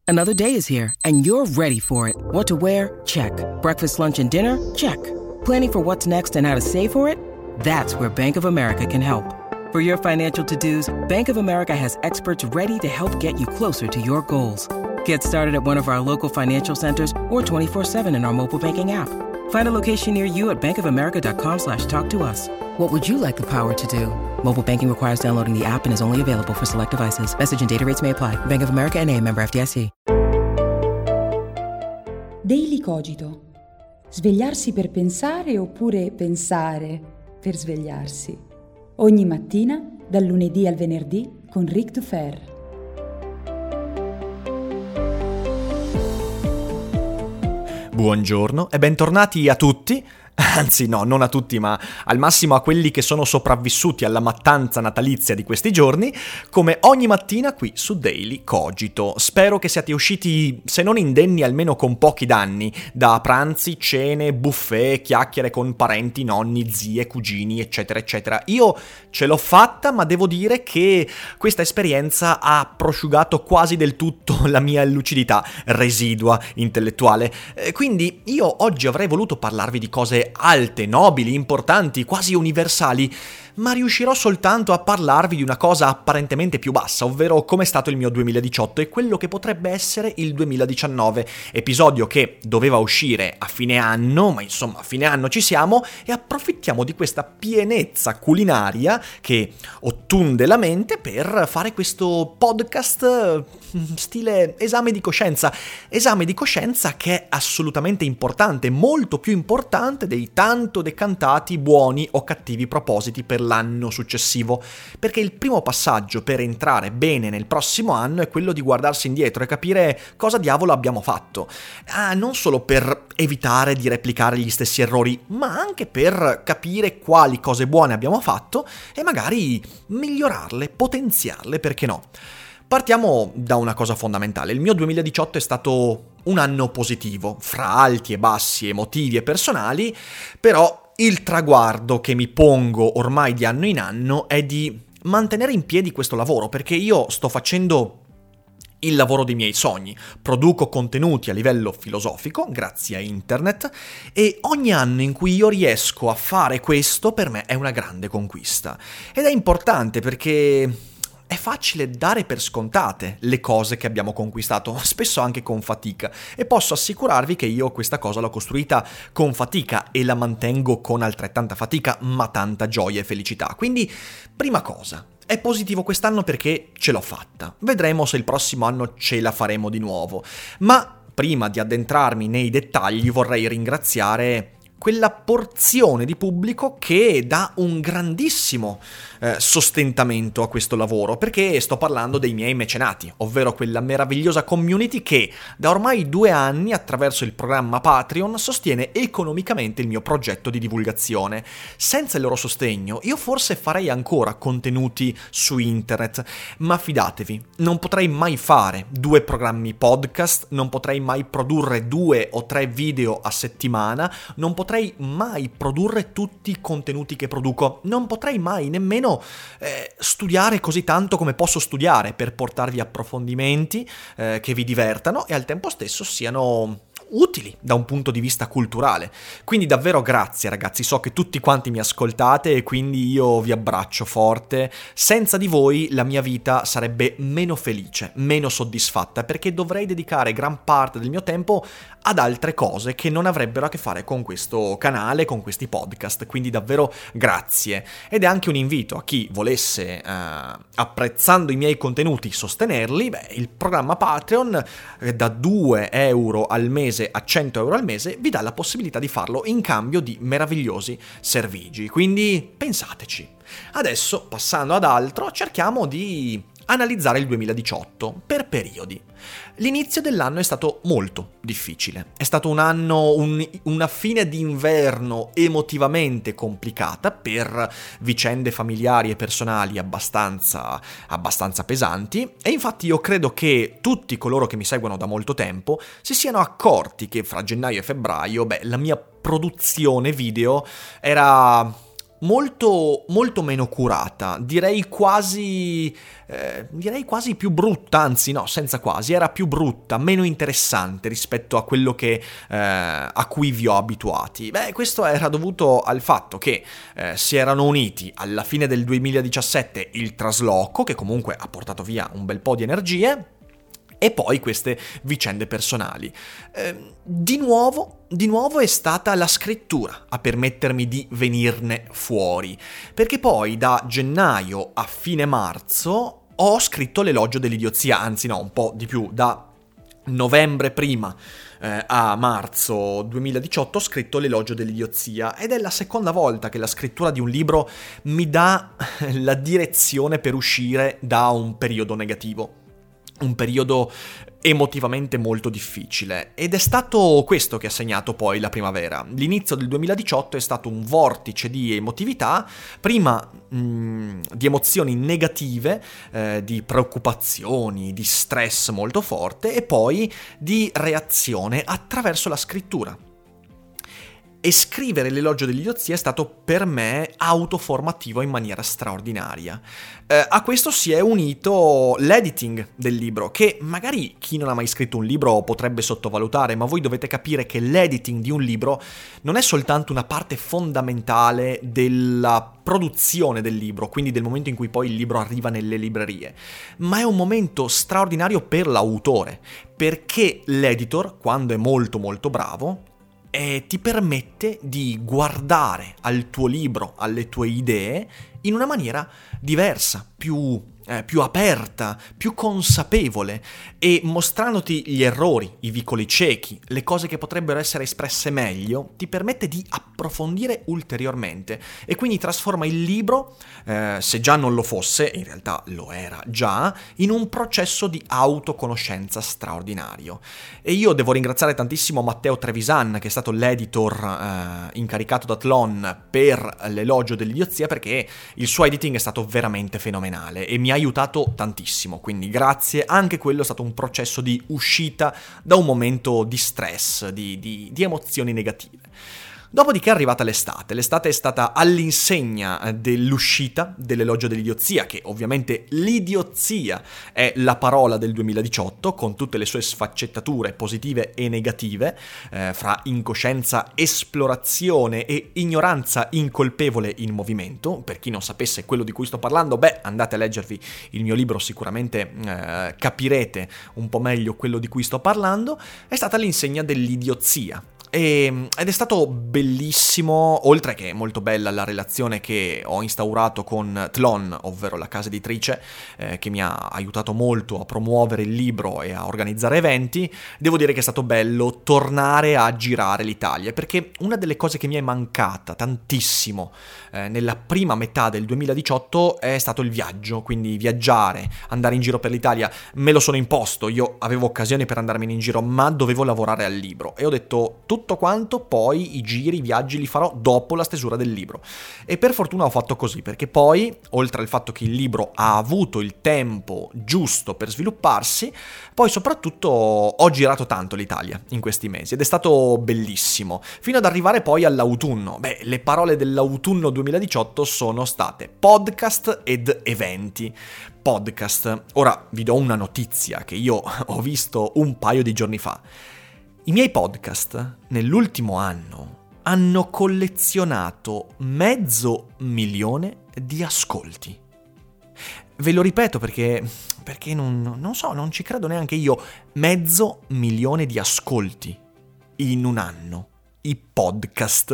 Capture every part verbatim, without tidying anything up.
Another day is here, and you're ready for it. What to wear? Check. Breakfast, lunch, and dinner? Check. Planning for what's next and how to save for it? That's where Bank of America can help. For your financial to-dos, Bank of America has experts ready to help get you closer to your goals. Get started at one of our local financial centers or twenty-four seven in our mobile banking app. Find a location near you at bankofamerica.com slash talk to us. What would you like the power to do? Mobile banking requires downloading the app and is only available for select devices. Message and data rates may apply. Bank of America N A, member F D I C. Daily Cogito. Svegliarsi per pensare oppure pensare per svegliarsi. Ogni mattina, dal lunedì al venerdì, con Ric Dufer. Buongiorno e bentornati a tutti. Anzi no, non a tutti, ma al massimo a quelli che sono sopravvissuti alla mattanza natalizia di questi giorni, come ogni mattina qui su Daily Cogito. Spero che siate usciti, se non indenni, almeno con pochi danni, da pranzi, cene, buffet, chiacchiere con parenti, nonni, zie, cugini, eccetera, eccetera. Io ce l'ho fatta, ma devo dire che questa esperienza ha prosciugato quasi del tutto la mia lucidità residua intellettuale. Quindi io oggi avrei voluto parlarvi di cose alte, nobili, importanti, quasi universali, ma riuscirò soltanto a parlarvi di una cosa apparentemente più bassa, ovvero come è stato il mio duemiladiciotto e quello che potrebbe essere il duemiladiciannove, episodio che doveva uscire a fine anno, ma insomma a fine anno ci siamo e approfittiamo di questa pienezza culinaria che ottunde la mente per fare questo podcast stile esame di coscienza, esame di coscienza che è assolutamente importante, molto più importante dei tanto decantati buoni o cattivi propositi per l'anno successivo, perché il primo passaggio per entrare bene nel prossimo anno è quello di guardarsi indietro e capire cosa diavolo abbiamo fatto, ah, non solo per evitare di replicare gli stessi errori, ma anche per capire quali cose buone abbiamo fatto e magari migliorarle, potenziarle, perché no. Partiamo da una cosa fondamentale. Il mio duemiladiciotto è stato un anno positivo, fra alti e bassi emotivi e personali, però il traguardo che mi pongo ormai di anno in anno è di mantenere in piedi questo lavoro, perché io sto facendo il lavoro dei miei sogni, produco contenuti a livello filosofico grazie a internet e ogni anno in cui io riesco a fare questo per me è una grande conquista. Ed è importante perché è facile dare per scontate le cose che abbiamo conquistato, spesso anche con fatica, e posso assicurarvi che io questa cosa l'ho costruita con fatica e la mantengo con altrettanta fatica, ma tanta gioia e felicità. Quindi, prima cosa, è positivo quest'anno perché ce l'ho fatta. Vedremo se il prossimo anno ce la faremo di nuovo. Ma prima di addentrarmi nei dettagli vorrei ringraziare quella porzione di pubblico che dà un grandissimo eh, sostentamento a questo lavoro, perché sto parlando dei miei mecenati, ovvero quella meravigliosa community che da ormai due anni attraverso il programma Patreon sostiene economicamente il mio progetto di divulgazione. Senza il loro sostegno io forse farei ancora contenuti su internet, ma fidatevi, non potrei mai fare due programmi podcast, non potrei mai produrre due o tre video a settimana, non potrei potrei mai produrre tutti i contenuti che produco, non potrei mai nemmeno eh, studiare così tanto come posso studiare per portarvi approfondimenti eh, che vi divertano e al tempo stesso siano utili da un punto di vista culturale. Quindi davvero grazie ragazzi, so che tutti quanti mi ascoltate e quindi io vi abbraccio forte. Senza di voi la mia vita sarebbe meno felice, meno soddisfatta, perché dovrei dedicare gran parte del mio tempo ad altre cose che non avrebbero a che fare con questo canale, con questi podcast. Quindi davvero grazie. Ed è anche un invito a chi volesse, eh, apprezzando i miei contenuti, sostenerli. Beh, il programma Patreon eh, da due euro al mese a cento euro al mese vi dà la possibilità di farlo in cambio di meravigliosi servigi, quindi pensateci. Adesso, passando ad altro, cerchiamo di analizzare il duemiladiciotto per periodi. L'inizio dell'anno è stato molto difficile, è stato un anno, un, una fine d'inverno emotivamente complicata per vicende familiari e personali abbastanza, abbastanza pesanti, e infatti io credo che tutti coloro che mi seguono da molto tempo si siano accorti che fra gennaio e febbraio, beh, la mia produzione video era molto, molto meno curata, direi quasi, eh, direi quasi più brutta, anzi no, senza quasi, era più brutta, meno interessante rispetto a quello che, eh, a cui vi ho abituati. Beh, questo era dovuto al fatto che eh, si erano uniti alla fine del duemiladiciassette il trasloco, che comunque ha portato via un bel po' di energie, e poi queste vicende personali. Eh, di nuovo, di nuovo è stata la scrittura a permettermi di venirne fuori, perché poi da gennaio a fine marzo ho scritto l'Elogio dell'idiozia, anzi no, un po' di più, da novembre prima eh, a marzo duemiladiciotto ho scritto l'Elogio dell'idiozia, ed è la seconda volta che la scrittura di un libro mi dà la direzione per uscire da un periodo negativo. Un periodo emotivamente molto difficile, ed è stato questo che ha segnato poi la primavera. L'inizio del duemiladiciotto è stato un vortice di emotività, prima mh, di emozioni negative, eh, di preoccupazioni, di stress molto forte, e poi di reazione attraverso la scrittura. E scrivere l'Elogio dell'idiozia è stato per me autoformativo in maniera straordinaria. Eh, a questo si è unito l'editing del libro, che magari chi non ha mai scritto un libro potrebbe sottovalutare, ma voi dovete capire che l'editing di un libro non è soltanto una parte fondamentale della produzione del libro, quindi del momento in cui poi il libro arriva nelle librerie, ma è un momento straordinario per l'autore, perché l'editor, quando è molto molto bravo, e ti permette di guardare al tuo libro, alle tue idee, in una maniera diversa, più, eh, più aperta, più consapevole, e mostrandoti gli errori, i vicoli ciechi, le cose che potrebbero essere espresse meglio, ti permette di approfondire ulteriormente, e quindi trasforma il libro, eh, se già non lo fosse, in realtà lo era già, in un processo di autoconoscenza straordinario. E io devo ringraziare tantissimo Matteo Trevisan, che è stato l'editor eh, incaricato da Tlon per l'Elogio dell'idiozia, perché il suo editing è stato veramente fenomenale e mi ha aiutato tantissimo, quindi grazie. Anche quello è stato un processo di uscita da un momento di stress, di, di, di emozioni negative. Dopodiché è arrivata l'estate. L'estate è stata all'insegna dell'uscita dell'Elogio dell'idiozia, che ovviamente l'idiozia è la parola del duemiladiciotto, con tutte le sue sfaccettature positive e negative, eh, fra incoscienza, esplorazione e ignoranza incolpevole in movimento. Per chi non sapesse quello di cui sto parlando, beh, andate a leggervi il mio libro, sicuramente eh, capirete un po' meglio quello di cui sto parlando. È stata l'insegna dell'idiozia. E, ed è stato bellissimo, oltre che molto bella la relazione che ho instaurato con Tlon, ovvero la casa editrice, eh, che mi ha aiutato molto a promuovere il libro e a organizzare eventi. Devo dire che è stato bello tornare a girare l'Italia, perché una delle cose che mi è mancata tantissimo eh, nella prima metà del duemiladiciotto è stato il viaggio, quindi viaggiare, andare in giro per l'Italia. Me lo sono imposto, io avevo occasioni per andarmene in giro, ma dovevo lavorare al libro, e ho detto tutto quanto, poi i giri, i viaggi li farò dopo la stesura del libro. E per fortuna ho fatto così, perché poi, oltre al fatto che il libro ha avuto il tempo giusto per svilupparsi, poi soprattutto ho girato tanto l'Italia in questi mesi, ed è stato bellissimo, fino ad arrivare poi all'autunno. Beh, le parole dell'autunno duemiladiciotto sono state podcast ed eventi. Podcast. Ora vi do una notizia che io ho visto un paio di giorni fa. I miei podcast nell'ultimo anno hanno collezionato mezzo milione di ascolti. Ve lo ripeto perché, perché non, non so, non ci credo neanche io. Mezzo milione di ascolti in un anno. I podcast.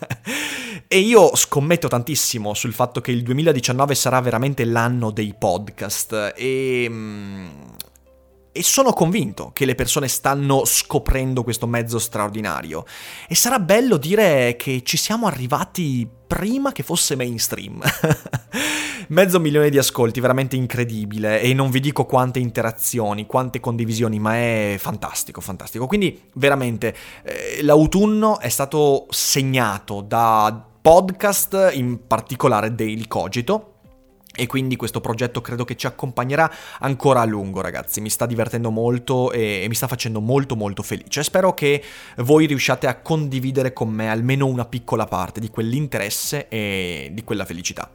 E io scommetto tantissimo sul fatto che il duemiladiciannove sarà veramente l'anno dei podcast, e... E sono convinto che le persone stanno scoprendo questo mezzo straordinario. E sarà bello dire che ci siamo arrivati prima che fosse mainstream. Mezzo milione di ascolti, veramente incredibile. E non vi dico quante interazioni, quante condivisioni, ma è fantastico, fantastico. Quindi veramente eh, l'autunno è stato segnato da podcast, in particolare Daily Cogito. E quindi questo progetto credo che ci accompagnerà ancora a lungo, ragazzi. Mi sta divertendo molto e, e mi sta facendo molto molto felice. Spero che voi riusciate a condividere con me almeno una piccola parte di quell'interesse e di quella felicità.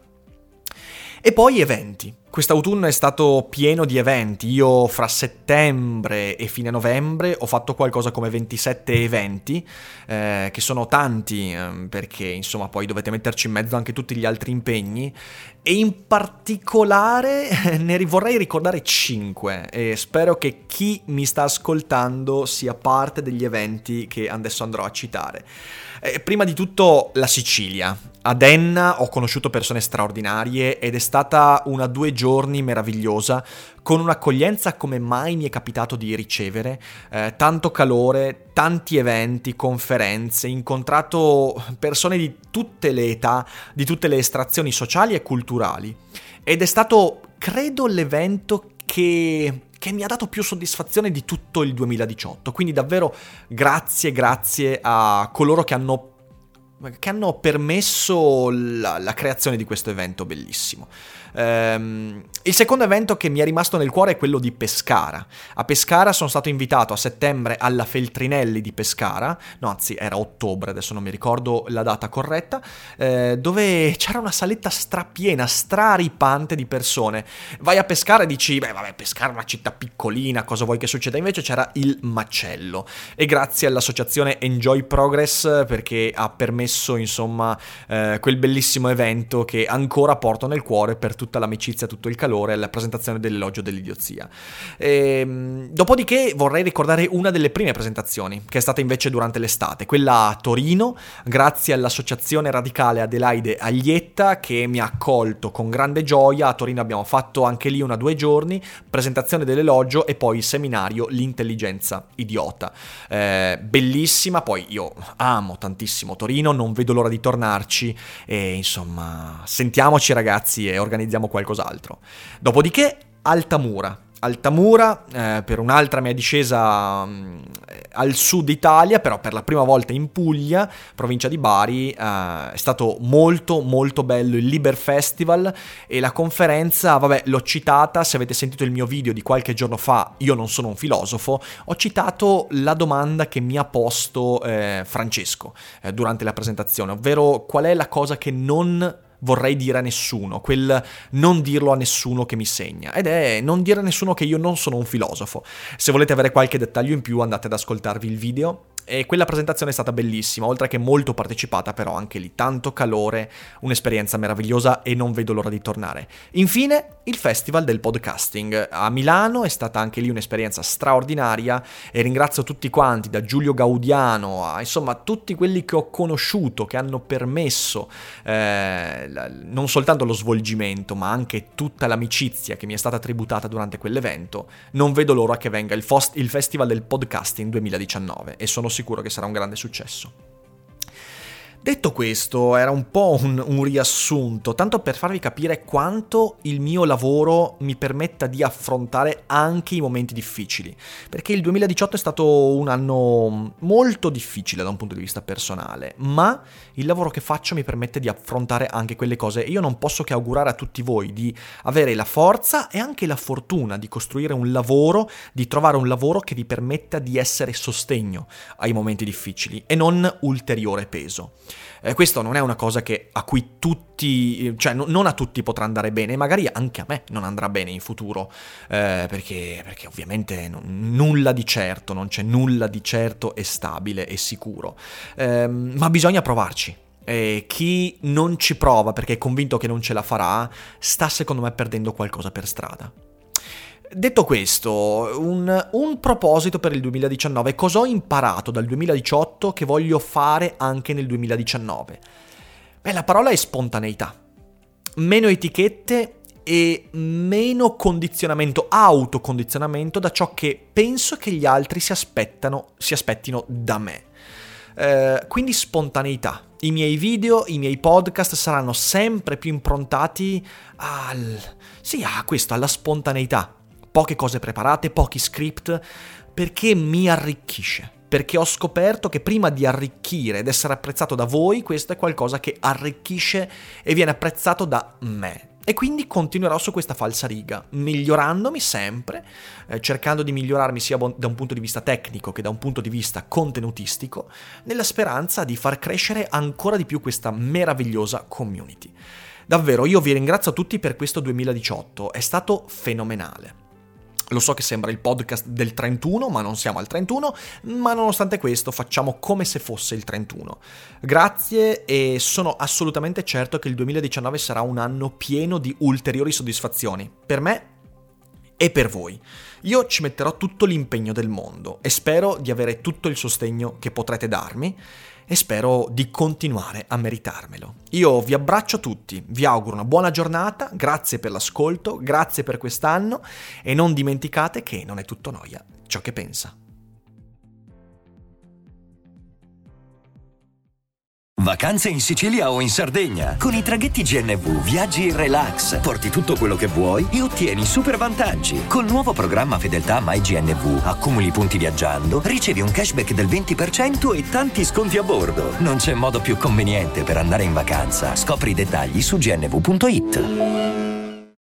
E poi eventi. Quest'autunno è stato pieno di eventi. Io fra settembre e fine novembre ho fatto qualcosa come ventisette eventi, eh, che sono tanti, eh, perché insomma poi dovete metterci in mezzo anche tutti gli altri impegni, e in particolare ne vorrei ricordare cinque, e spero che chi mi sta ascoltando sia parte degli eventi che adesso andrò a citare. Eh, prima di tutto la Sicilia. Ad Enna ho conosciuto persone straordinarie ed è stata una due giorni meravigliosa, con un'accoglienza come mai mi è capitato di ricevere, eh, tanto calore, tanti eventi, conferenze, incontrato persone di tutte le età, di tutte le estrazioni sociali e culturali, ed è stato, credo, l'evento che... che mi ha dato più soddisfazione di tutto il duemiladiciotto, quindi davvero grazie, grazie a coloro che hanno, che hanno permesso la, la creazione di questo evento bellissimo. Um, il secondo evento che mi è rimasto nel cuore è quello di Pescara. A Pescara sono stato invitato a settembre alla Feltrinelli di Pescara, no anzi era ottobre, adesso non mi ricordo la data corretta, eh, dove c'era una saletta strapiena, straripante di persone. Vai a Pescara e dici, beh vabbè, Pescara è una città piccolina, cosa vuoi che succeda? Invece c'era il macello, e grazie all'associazione Enjoy Progress, perché ha permesso insomma eh, quel bellissimo evento che ancora porto nel cuore per tutta l'amicizia, tutto il calore, alla presentazione dell'Elogio dell'idiozia. E, dopodiché vorrei ricordare una delle prime presentazioni, che è stata invece durante l'estate, quella a Torino, grazie all'associazione radicale Adelaide Aglietta, che mi ha accolto con grande gioia. A Torino abbiamo fatto anche lì una due giorni, presentazione dell'Elogio e poi il seminario L'intelligenza idiota. Eh, bellissima, poi io amo tantissimo Torino, non vedo l'ora di tornarci e insomma sentiamoci ragazzi e organizziamo qualcos'altro. Dopodiché Altamura. Altamura eh, per un'altra mia discesa mh, al sud Italia, però per la prima volta in Puglia, provincia di Bari. Eh, è stato molto molto bello il Liber Festival, e la conferenza, vabbè, l'ho citata, se avete sentito il mio video di qualche giorno fa, Io non sono un filosofo, ho citato la domanda che mi ha posto eh, Francesco eh, durante la presentazione, ovvero qual è la cosa che non vorrei dire a nessuno, quel non dirlo a nessuno che mi segna, ed è non dire a nessuno che io non sono un filosofo. Se volete avere qualche dettaglio in più andate ad ascoltarvi il video. E quella presentazione è stata bellissima, oltre che molto partecipata, però anche lì tanto calore, un'esperienza meravigliosa e non vedo l'ora di tornare. Infine, il Festival del Podcasting a Milano, è stata anche lì un'esperienza straordinaria, e ringrazio tutti quanti, da Giulio Gaudiano a insomma tutti quelli che ho conosciuto, che hanno permesso eh, non soltanto lo svolgimento, ma anche tutta l'amicizia che mi è stata tributata durante quell'evento. Non vedo l'ora che venga il, Fost- il Festival del Podcasting duemiladiciannove, e sono sicuro che sarà un grande successo. Detto questo, era un po' un, un riassunto, tanto per farvi capire quanto il mio lavoro mi permetta di affrontare anche i momenti difficili, perché il duemiladiciotto è stato un anno molto difficile da un punto di vista personale, ma il lavoro che faccio mi permette di affrontare anche quelle cose, e io non posso che augurare a tutti voi di avere la forza e anche la fortuna di costruire un lavoro, di trovare un lavoro che vi permetta di essere sostegno ai momenti difficili e non ulteriore peso. Eh, questo non è una cosa che a cui tutti, cioè no, non a tutti potrà andare bene, magari anche a me non andrà bene in futuro, eh, perché, perché ovviamente non, nulla di certo, non c'è nulla di certo e stabile e sicuro, eh, ma bisogna provarci. E chi non ci prova perché è convinto che non ce la farà, sta secondo me perdendo qualcosa per strada. Detto questo, un, un proposito per il duemiladiciannove. Cosa ho imparato dal duemiladiciotto che voglio fare anche nel duemiladiciannove? Beh, la parola è spontaneità. Meno etichette e meno condizionamento, autocondizionamento da ciò che penso che gli altri si aspettano, si aspettino da me. Eh, quindi spontaneità. I miei video, i miei podcast saranno sempre più improntati al, sì, a questo, alla spontaneità. Poche cose preparate, pochi script, perché mi arricchisce. Perché ho scoperto che prima di arricchire ed essere apprezzato da voi, questo è qualcosa che arricchisce e viene apprezzato da me. E quindi continuerò su questa falsariga, migliorandomi sempre, eh, cercando di migliorarmi sia bon- da un punto di vista tecnico che da un punto di vista contenutistico, nella speranza di far crescere ancora di più questa meravigliosa community. Davvero, io vi ringrazio a tutti per questo duemiladiciotto, è stato fenomenale. Lo so che sembra il podcast del trentuno, ma non siamo al trentuno, ma nonostante questo facciamo come se fosse il trentuno. Grazie, e sono assolutamente certo che il duemiladiciannove sarà un anno pieno di ulteriori soddisfazioni, per me e per voi. Io ci metterò tutto l'impegno del mondo e spero di avere tutto il sostegno che potrete darmi e spero di continuare a meritarmelo. Io vi abbraccio tutti, vi auguro una buona giornata, grazie per l'ascolto, grazie per quest'anno e non dimenticate che non è tutto noia ciò che pensa. Vacanze in Sicilia o in Sardegna. Con i traghetti G N V viaggi in relax, porti tutto quello che vuoi e ottieni super vantaggi. Col nuovo programma Fedeltà MyGNV accumuli punti viaggiando, ricevi un cashback del venti per cento e tanti sconti a bordo. Non c'è modo più conveniente per andare in vacanza. Scopri i dettagli su gnv punto it.